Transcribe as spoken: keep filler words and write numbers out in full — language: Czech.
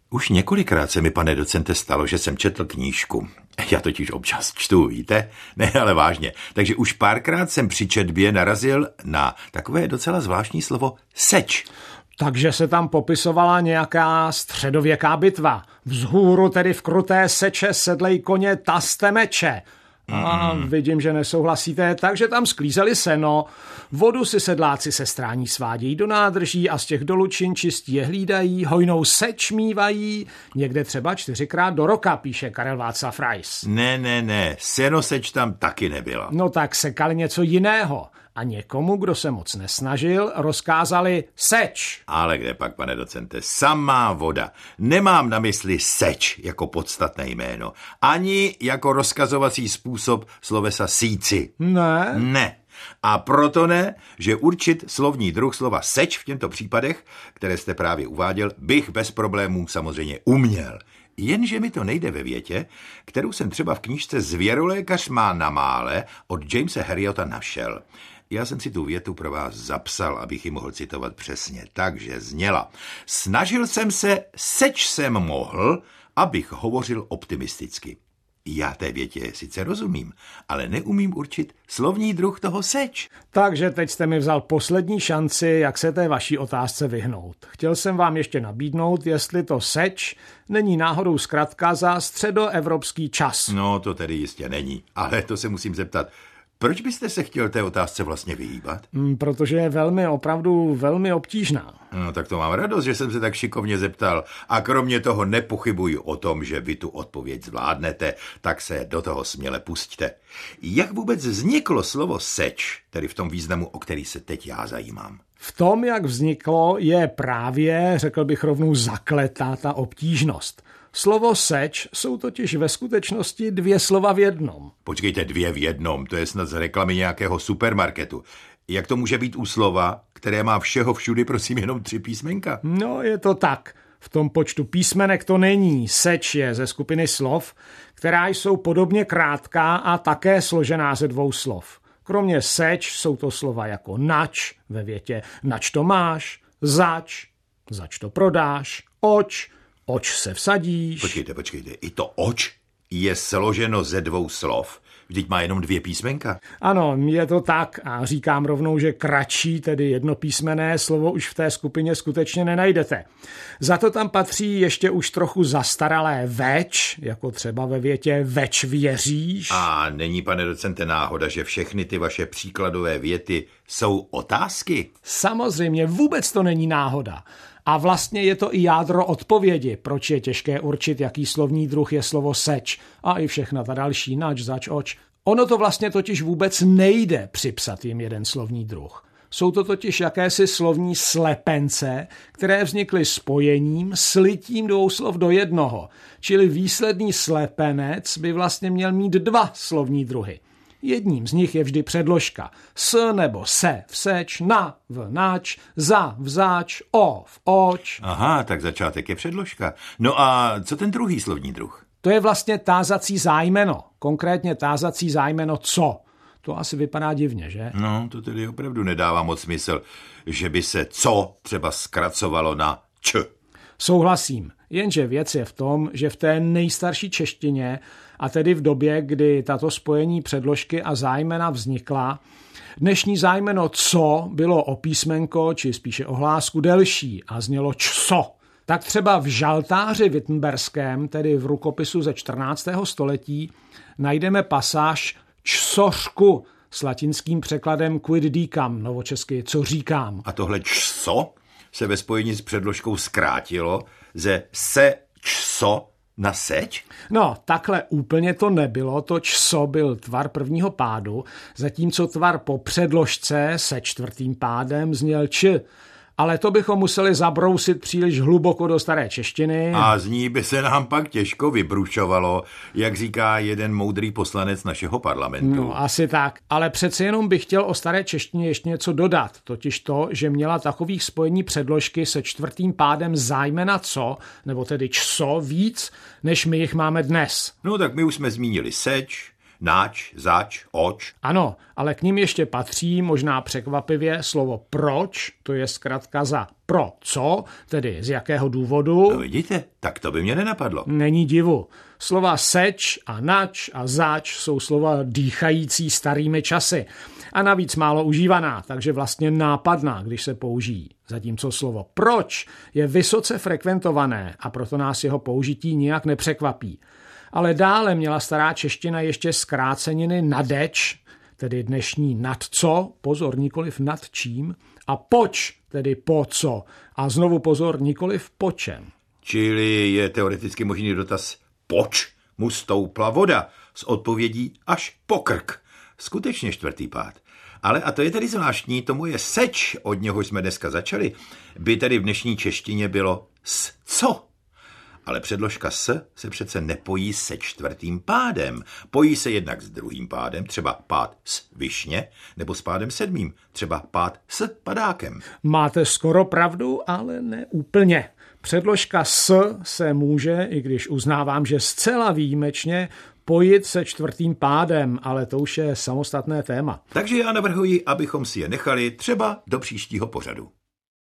Už několikrát se mi, pane docente, stalo, že jsem četl knížku. Já totiž občas čtu, víte? Ne, ale vážně. Takže už párkrát jsem při četbě narazil na takové docela zvláštní slovo seč. Takže se tam popisovala nějaká středověká bitva. Vzhůru tedy v kruté seče sedlej koně taste meče. A vidím, že nesouhlasíte, takže tam sklízeli seno, vodu si sedláci se strání svádějí do nádrží a z těch dolučin čistí je hlídají, hojnou seč mívají, někde třeba čtyřikrát do roka, píše Karel Václav Rais. Ne, ne, ne, senoseč tam taky nebyla. No tak sekali něco jiného a někomu, kdo se moc nesnažil, rozkázali seč. Ale kde pak, pane docente, samá voda. Nemám na mysli seč jako podstatné jméno, ani jako rozkazovací způsob slovesa síci. Ne? Ne. A proto ne, že určit slovní druh slova seč v těchto případech, které jste právě uváděl, bych bez problémů samozřejmě uměl. Jenže mi to nejde ve větě, kterou jsem třeba v knížce Zvěrolékař má na mále od Jamese Herriota našel. Já jsem si tu větu pro vás zapsal, abych ji mohl citovat přesně. Takže zněla. Snažil jsem se, seč jsem mohl, abych hovořil optimisticky. Já té větě sice rozumím, ale neumím určit slovní druh toho seč. Takže teď jste mi vzal poslední šanci, jak se té vaší otázce vyhnout. Chtěl jsem vám ještě nabídnout, jestli to seč není náhodou zkratka za středoevropský čas. No, to tedy jistě není, ale to se musím zeptat. Proč byste se chtěl té otázce vlastně vyhýbat? Mm, protože je velmi, opravdu velmi obtížná. No, tak to mám radost, že jsem se tak šikovně zeptal. A kromě toho nepochybuji o tom, že vy tu odpověď zvládnete, tak se do toho směle pusťte. Jak vůbec vzniklo slovo seč, tedy v tom významu, o který se teď já zajímám? V tom, jak vzniklo, je právě, řekl bych rovnou, zakletá ta obtížnost. Slovo seč jsou totiž ve skutečnosti dvě slova v jednom. Počkejte, dvě v jednom, to je snad z reklamy nějakého supermarketu. Jak to může být u slova, které má všeho všudy, prosím, jenom tři písmenka? No, je to tak. V tom počtu písmenek to není. Seč je ze skupiny slov, která jsou podobně krátká a také složená ze dvou slov. Kromě seč jsou to slova jako nač ve větě nač to máš, zač, zač to prodáš, oč, oč se vsadíš. Počkejte, počkejte, i to oč je složeno ze dvou slov. Vždyť má jenom dvě písmenka. Ano, je to tak a říkám rovnou, že kratší, tedy jednopísmené slovo už v té skupině skutečně nenajdete. Za to tam patří ještě už trochu zastaralé več, jako třeba ve větě več věříš. A není, pane docente, náhoda, že všechny ty vaše příkladové věty jsou otázky? Samozřejmě, vůbec to není náhoda. A vlastně je to i jádro odpovědi, proč je těžké určit, jaký slovní druh je slovo seč a i všechna ta další nač, zač, oč. Ono to vlastně totiž vůbec nejde připsat jim jeden slovní druh. Jsou to totiž jakési slovní slepence, které vznikly spojením, slitím dvou slov do jednoho. Čili výsledný slepenec by vlastně měl mít dva slovní druhy. Jedním z nich je vždy předložka. S nebo se v seč, na v nač, za v zač, o v oč. Aha, tak začátek je předložka. No a co ten druhý slovní druh? To je vlastně tázací zájmeno. Konkrétně tázací zájmeno co. To asi vypadá divně, že? No, to tedy opravdu nedává moc smysl, že by se co třeba zkracovalo na č. Souhlasím, jenže věc je v tom, že v té nejstarší češtině, a tedy v době, kdy tato spojení předložky a zájmena vznikla, dnešní zájmeno co bylo o písmenko, či spíše o hlásku delší a znělo čso. Tak třeba v žaltáři wittenberském, tedy v rukopisu ze čtrnáctého století, najdeme pasáž čsořku s latinským překladem quid dicam, novočesky co říkám. A tohle čso se ve spojení s předložkou zkrátilo ze se čso na seč? No, takhle úplně to nebylo. To čso byl tvar prvního pádu, zatímco tvar po předložce se čtvrtým pádem zněl č. Ale to bychom museli zabrousit příliš hluboko do staré češtiny. A z ní by se nám pak těžko vybrušovalo, jak říká jeden moudrý poslanec našeho parlamentu. No, asi tak. Ale přece jenom bych chtěl o staré češtině ještě něco dodat. Totiž to, že měla takových spojení předložky se čtvrtým pádem zájmena co, nebo tedy čso víc, než my jich máme dnes. No tak my už jsme zmínili seč, náč, zač, oč. Ano, ale k ním ještě patří možná překvapivě slovo proč, to je zkratka za pro co, tedy z jakého důvodu. No vidíte, tak to by mě nenapadlo. Není divu. Slova seč a nač a zač jsou slova dýchající starými časy a navíc málo užívaná, takže vlastně nápadná, když se použijí. Zatímco slovo proč je vysoce frekventované a proto nás jeho použití nijak nepřekvapí. Ale dále měla stará čeština ještě zkráceniny nadeč, tedy dnešní nad co, pozor, nikoliv nad čím, a poč, tedy po co, a znovu pozor, nikoliv po čem. Čili je teoreticky možný dotaz, poč mu stoupla voda, s odpovědí až po krk. Skutečně čtvrtý pád. Ale, a to je tedy zvláštní, tomu je seč, od něhož jsme dneska začali, by tedy v dnešní češtině bylo s co. Ale předložka s se přece nepojí se čtvrtým pádem. Pojí se jednak s druhým pádem, třeba pád s višně, nebo s pádem sedmým, třeba pád s padákem. Máte skoro pravdu, ale ne úplně. Předložka s se může, i když uznávám, že zcela výjimečně, pojit se čtvrtým pádem, ale to už je samostatné téma. Takže já navrhuji, abychom si je nechali třeba do příštího pořadu.